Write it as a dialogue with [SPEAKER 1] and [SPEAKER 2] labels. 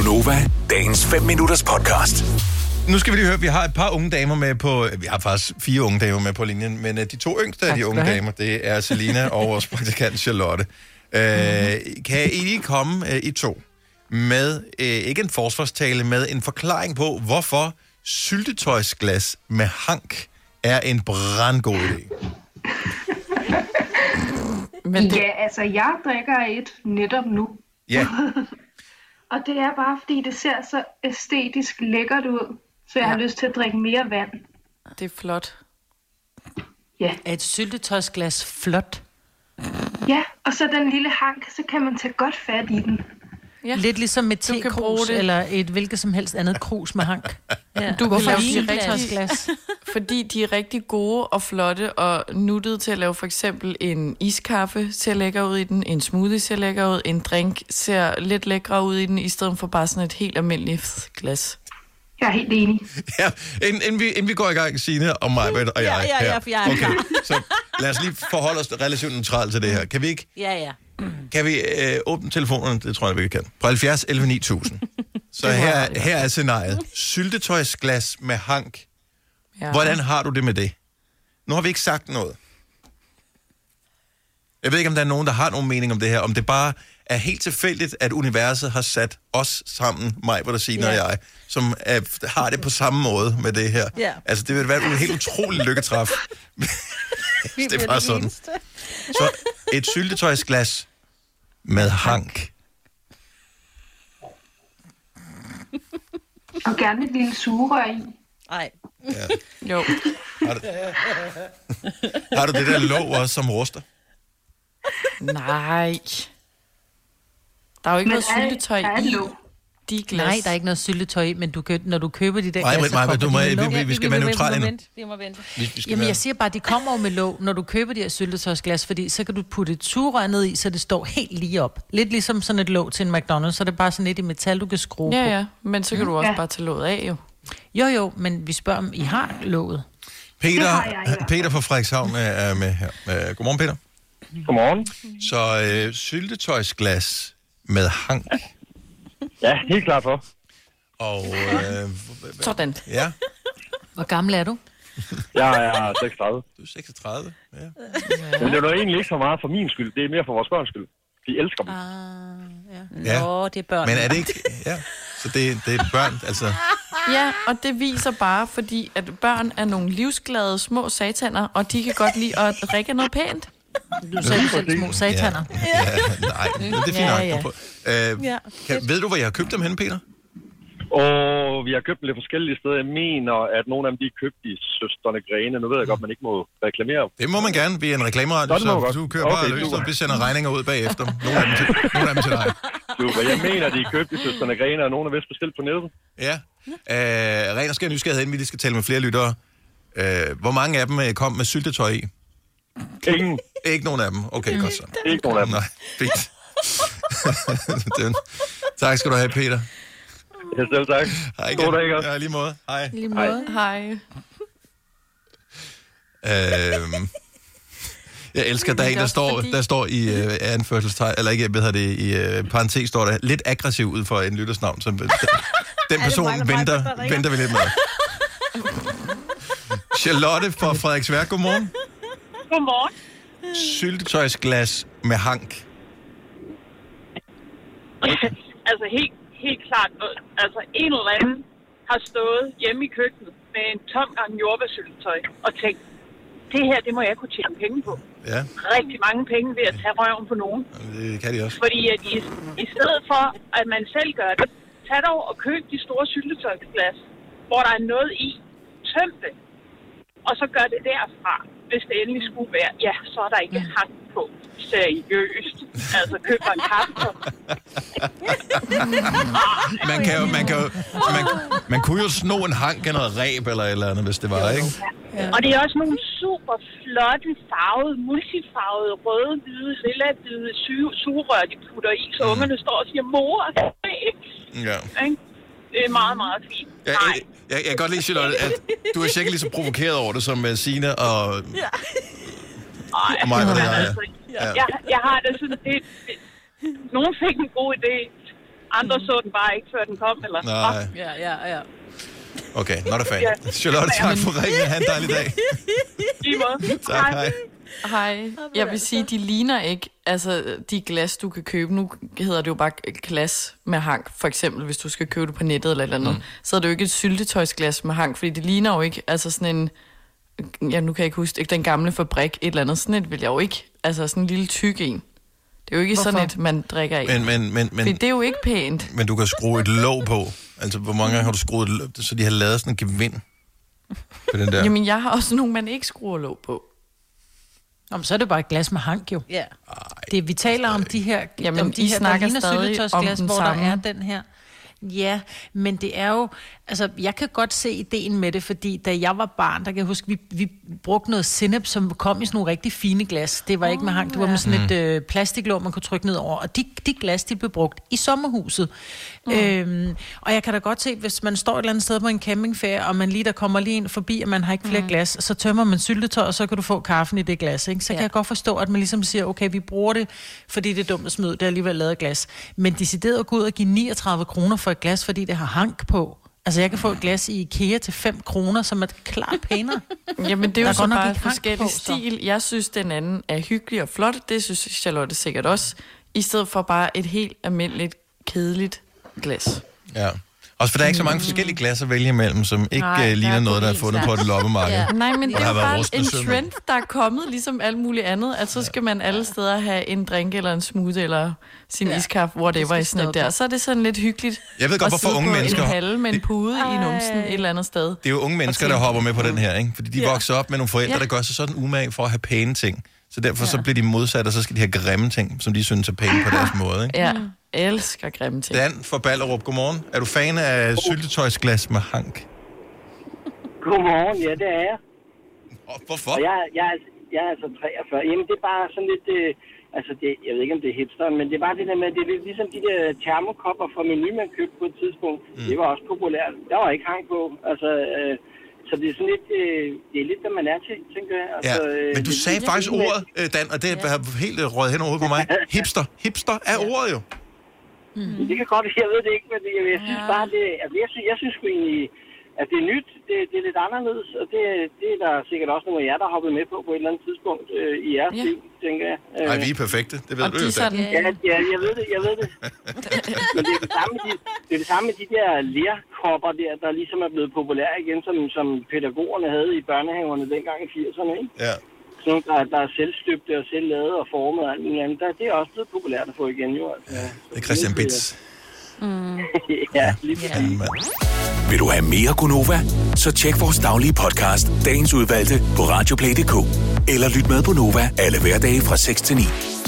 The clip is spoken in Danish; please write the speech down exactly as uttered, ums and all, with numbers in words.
[SPEAKER 1] Gonova, dagens fem minutters podcast.
[SPEAKER 2] Nu skal vi lige høre, at vi har et par unge damer med på... Vi har faktisk fire unge damer med på linjen, men de to yngste af de unge damer, det er Selina og vores praktikant Charlotte. Øh, kan I lige komme, øh, I to, med øh, ikke en forsvarstale, med en forklaring på, hvorfor syltetøjsglas med hank er en brandgod idé?
[SPEAKER 3] Men det... Ja, altså, jeg drikker et netop nu.
[SPEAKER 2] Ja.
[SPEAKER 3] Og det er bare, fordi det ser så æstetisk lækkert ud, så jeg ja. har lyst til at drikke mere vand.
[SPEAKER 4] Det er flot.
[SPEAKER 3] Ja.
[SPEAKER 5] Er et syltetøjsglas flot?
[SPEAKER 3] Ja, og så den lille hank, så kan man tage godt fat i den.
[SPEAKER 5] Ja. Lidt ligesom med tekrus eller et hvilket som helst andet krus med hank. Ja.
[SPEAKER 4] Du
[SPEAKER 5] Hvorfor
[SPEAKER 4] kan
[SPEAKER 5] lave
[SPEAKER 4] syltetøjsglas? Fordi de er rigtig gode og flotte og nuttede til at lave for eksempel en iskaffe, ser lækker ud i den, en smoothie ser lækker ud, en drink ser lidt lækre ud i den, i stedet for bare sådan et helt almindeligt glas.
[SPEAKER 3] Jeg er helt enig.
[SPEAKER 2] Ja, inden, inden, vi, inden vi går i gang, Signe og mig, og jeg
[SPEAKER 5] ja, ja, ja, for jeg er
[SPEAKER 2] okay. Klar. Så lad os lige forholde os relativt neutralt til det her. Kan vi ikke?
[SPEAKER 5] Ja, ja.
[SPEAKER 2] Kan vi øh, åbne telefonerne? Det tror jeg, vi kan. På halvfjerds elleve ni tusind. Så her, her er scenariet. Syltetøjsglas med hank. Ja. Hvordan har du det med det? Nu har vi ikke sagt noget. Jeg ved ikke, om der er nogen, der har nogen mening om det her. Om det bare er helt tilfældigt, at universet har sat os sammen, mig, hvor der siger, og jeg, som er, har det på samme måde med det her. Ja. Altså, det vil være en helt utrolig lykketræf. Det er bare sådan. Så et syltetøjsglas med hank.
[SPEAKER 3] Og gerne et lille sugerør i.
[SPEAKER 5] Nej.
[SPEAKER 2] Ja.
[SPEAKER 4] Jo.
[SPEAKER 2] Har du, har du det der låg også, som ruster?
[SPEAKER 4] Nej. Der er jo ikke
[SPEAKER 3] Men
[SPEAKER 4] noget syltetøj i de glas.
[SPEAKER 5] Nej, der er ikke noget syltetøj i, men du kø, når du køber de der
[SPEAKER 2] Nej,
[SPEAKER 5] glas,
[SPEAKER 2] nej, men du må, vi, vi, vi skal være neutrale nu.
[SPEAKER 5] Vi må vente. Vi, vi Jamen, jeg siger bare, de kommer jo med låg, når du køber de her syltetøjsglas, fordi så kan du putte et sugerør ned i, så det står helt lige op. Lidt ligesom sådan et låg til en McDonald's, så det er bare sådan et i metal, du kan skrue
[SPEAKER 4] ja,
[SPEAKER 5] på.
[SPEAKER 4] Ja, ja, men så kan du også ja. bare tage låget af, jo.
[SPEAKER 5] Jo, jo, men vi spørger, om I har låget.
[SPEAKER 2] Peter, jeg, ja. Peter fra Frederikshavn er med her. Uh, godmorgen, Peter.
[SPEAKER 6] Godmorgen.
[SPEAKER 2] Så uh, syltetøjsglas med hank.
[SPEAKER 6] Ja, helt klart for.
[SPEAKER 2] Og, øh,
[SPEAKER 4] sådan.
[SPEAKER 2] Ja.
[SPEAKER 5] Hvor gammel er du?
[SPEAKER 6] Jeg er seksogtredive.
[SPEAKER 2] Du er seksogtredive, ja.
[SPEAKER 6] Men det er jo egentlig ikke så meget for min skyld. Det er mere for vores børns skyld. De elsker dem.
[SPEAKER 5] Ah, ja. Nå, det er børn.
[SPEAKER 2] Men er det ikke... Ja, så det, det er børn, altså...
[SPEAKER 4] Ja, og det viser bare, fordi at børn er nogle livsglade små sataner, og de kan godt lide at drikke noget pænt.
[SPEAKER 5] Du sagde selv små sataner.
[SPEAKER 2] Ja, ja, nej, det er fint
[SPEAKER 5] ja, ja.
[SPEAKER 2] nok. Øh, ja. Kan, ved du, hvor jeg har købt dem henne, Peter?
[SPEAKER 6] Og vi har købt dem lidt forskellige steder. Jeg mener, at nogle af dem, de er købt i Søsterne Grene. Nu ved jeg godt, man ikke må reklamere.
[SPEAKER 2] Det må man gerne. Vi er en reklameradio, så, så du kører okay, bare løs, og vi sender regninger ud bagefter. Nogle af dem til, nogle af dem til dig.
[SPEAKER 6] Super. Jeg mener, de er købt i Søsterne Grene, og nogle er vist bestilt på nettet.
[SPEAKER 2] Ja. Øh, ren og skær nysgerrighed, inden vi skal tale med flere lyttere. Øh, hvor mange af dem kom med syltetøj i?
[SPEAKER 6] Ingen.
[SPEAKER 2] Ikke nogen af dem? Okay, godt så.
[SPEAKER 6] Ikke nogen af dem.
[SPEAKER 2] Nej, fint. Tak skal du have, Peter.
[SPEAKER 6] Ja, selv tak.
[SPEAKER 2] Hej igen. God dag, også. Ja, lige måde. Hej.
[SPEAKER 4] Lige måde. Hej.
[SPEAKER 2] Øhm, jeg elsker dagen, der står, fordi... der står i uh, anførselstegn, eller ikke, hvad hedder det, i uh, parentes står der, lidt aggressiv ud for en lyttersnavn. Som, den, den person mig, venter, mig, venter vi lidt med. Charlotte fra Frederiksværk, godmorgen.
[SPEAKER 7] Godmorgen.
[SPEAKER 2] Syltetøjsglas med hank.
[SPEAKER 7] altså helt, helt klart, altså en eller anden har stået hjemme i køkkenet med en tom gang jordbærsyltetøj og tænkt, det her, det må jeg kunne tjene penge på.
[SPEAKER 2] Ja.
[SPEAKER 7] Rigtig mange penge ved at tage røven på nogen.
[SPEAKER 2] Det kan de også.
[SPEAKER 7] Fordi at i, i stedet for, at man selv gør det, tag dog og køb de store syltetøjsglas, hvor der er noget i, tøm det, og så gør det derfra. Hvis det endelig skulle være, ja, så er der ikke hank på. Seriøst. Altså, køb en kaffe.
[SPEAKER 2] man kan jo, man kan jo, man, man kunne jo sno en hank eller noget ræb eller et eller andet, hvis det var, ikke?
[SPEAKER 7] Ja. Og det er også nogle super flotte farvede, multifarvede, røde, hvide, lilla, hvide sugerør, de putter i, så mm. ungerne står og siger, mor,
[SPEAKER 2] ja.
[SPEAKER 7] Det er meget, meget fint.
[SPEAKER 2] Jeg, jeg, jeg, jeg kan godt lide, Charlotte, at du er sikkert lige så provokeret over det, som uh, Signe og... Ja.
[SPEAKER 7] Ej,
[SPEAKER 2] og mig,
[SPEAKER 7] altså, ja. jeg, jeg har det sådan, det, det, nogen fik en god idé, Andre så den bare ikke, før den kom, eller?
[SPEAKER 2] Nej.
[SPEAKER 5] Ja, ja, ja.
[SPEAKER 2] Okay, not a fan. Charlotte, tak for ringen. Ha' en dejlig dag.
[SPEAKER 7] I måde.
[SPEAKER 2] Tak, hej.
[SPEAKER 4] Hej. Jeg vil sige, de ligner ikke, altså de glas, du kan købe. Nu hedder det jo bare glas med hank, for eksempel, hvis du skal købe det på nettet eller et eller andet. Mm. Så er det jo ikke et syltetøjsglas med hank, fordi det ligner jo ikke, altså sådan en, ja, nu kan jeg ikke huske, den gamle fabrik, et eller andet, sådan et vil jeg jo ikke, altså sådan en lille tyk en. Det er jo ikke Hvorfor? Sådan et, man drikker af.
[SPEAKER 2] Men, men, men, men,
[SPEAKER 4] det er jo ikke pænt.
[SPEAKER 2] Men du kan skrue et låg på. Altså, hvor mange gange har du skruet et låg, så de har lavet sådan en gevind på den der?
[SPEAKER 4] Jamen, jeg har også nogle, man ikke skruer låg på.
[SPEAKER 5] Om så er det bare et glas med hank, jo. Ja. Det, vi taler om de her,
[SPEAKER 4] Jamen,
[SPEAKER 5] om de her,
[SPEAKER 4] snakker
[SPEAKER 5] der
[SPEAKER 4] stadig
[SPEAKER 5] syltetøjsglas,
[SPEAKER 4] om
[SPEAKER 5] hvor
[SPEAKER 4] samme.
[SPEAKER 5] der er den her. Ja, men det er jo, altså jeg kan godt se ideen med det, fordi da jeg var barn, der kan jeg huske, vi, vi brugte noget sennep, som kom i sådan nogle rigtig fine glas. Det var ikke med hank, det var med sådan et øh, plastiklåg, man kunne trykke ned over. Og de, de glas, de blev brugt i sommerhuset. Mm. Øhm, og jeg kan da godt se, hvis man står et eller andet sted på en campingferie, og man lige der kommer lige ind forbi, og man har ikke flere mm. glas, så tømmer man syltetøj, og så kan du få kaffen i det glas, ikke? Så ja. Kan jeg godt forstå, at man ligesom siger, okay, vi bruger det, fordi det er dumt at smide, det er alligevel lavet glas. Men decideret at gå ud og give niogtredive kroner for et glas, fordi det har hank på. Altså, jeg kan få et glas i IKEA til fem kroner, som er klart pænere.
[SPEAKER 4] Jamen, det er jo så bare forskellig stil. Jeg synes, den anden er hyggelig og flot. Det synes Charlotte sikkert også. I stedet for bare et helt almindeligt, kedeligt glas.
[SPEAKER 2] Ja. Også for der er ikke så mange forskellige glas at vælge imellem, som ikke Nej, uh, ligner noget, der er fundet på et loppemarked. Ja.
[SPEAKER 4] Nej, men det er jo bare en trend, der er kommet, ligesom alt muligt andet. At så skal man alle steder have en drink eller en smoothie eller sin ja. iskaffe, whatever i sådan et der. Så er det sådan lidt hyggeligt.
[SPEAKER 2] Jeg ved godt, hvorfor unge mennesker...
[SPEAKER 4] en halve med en pude i numsen et eller andet sted.
[SPEAKER 2] Det er jo unge mennesker, der hopper med på den her, ikke? Fordi de ja. vokser op med nogle forældre, ja. der gør sig sådan umage for at have pæne ting. Så derfor ja. så bliver de modsat, og så skal de have grimme ting, som de synes er pæne på deres måde, ikke?
[SPEAKER 4] Ja. Jeg elsker grimme ting.
[SPEAKER 2] Dan fra Ballerup, godmorgen. Er du fan af syltetøjsglas med hank?
[SPEAKER 8] Godmorgen, ja, det er jeg.
[SPEAKER 2] Og hvorfor?
[SPEAKER 8] Og jeg, jeg, jeg er altså treogfyrre. Jamen, det er bare sådan lidt... Øh, altså, det, jeg ved ikke, om det er hipster, men det er bare det der med, det er lidt ligesom de der termokopper fra Meny, man købte på et tidspunkt. Mm. Det var også populært. Der var ikke hank på. Altså... Øh, Så det er sådan lidt, øh, det er lidt, hvad man er til, tænker jeg. Altså,
[SPEAKER 2] ja, men du sagde faktisk ordet, Dan, og det har ja. helt røget hen over hovedet på mig. Hipster. Hipster er ja. ordet jo.
[SPEAKER 8] Mm. Det kan godt, jeg ved det ikke, men det, jeg synes ja. bare, det, altså, jeg synes, jeg synes sgu egentlig, at det er nyt, det, det er lidt anderledes, og det, det er der sikkert også nogle af jer, der har hoppet med på på et eller andet tidspunkt øh, i jeres ja. liv, tænker jeg.
[SPEAKER 2] Nej, vi er perfekte, det ved og du jo.
[SPEAKER 8] Ja, ja, jeg ved det, jeg ved det. Men det er det samme med de, det er det samme med de der lerkopper der, der ligesom er blevet populære igen, som, som pædagogerne havde i børnehaverne dengang i firserne, ikke?
[SPEAKER 2] Ja.
[SPEAKER 8] Sådan nogle, der, der er selvstøbte og selv lavet og formet og alt muligt andet. Det er også blevet populært at få igen, jo. Altså.
[SPEAKER 2] Ja, det er Christian Bitz.
[SPEAKER 8] Mm. ja, lige
[SPEAKER 1] ja. Vil du have mere Gunova? Så tjek vores daglige podcast, dagens udvalgte, på radioplay punktum d k. Eller lyt med på Nova alle hverdage fra seks til ni.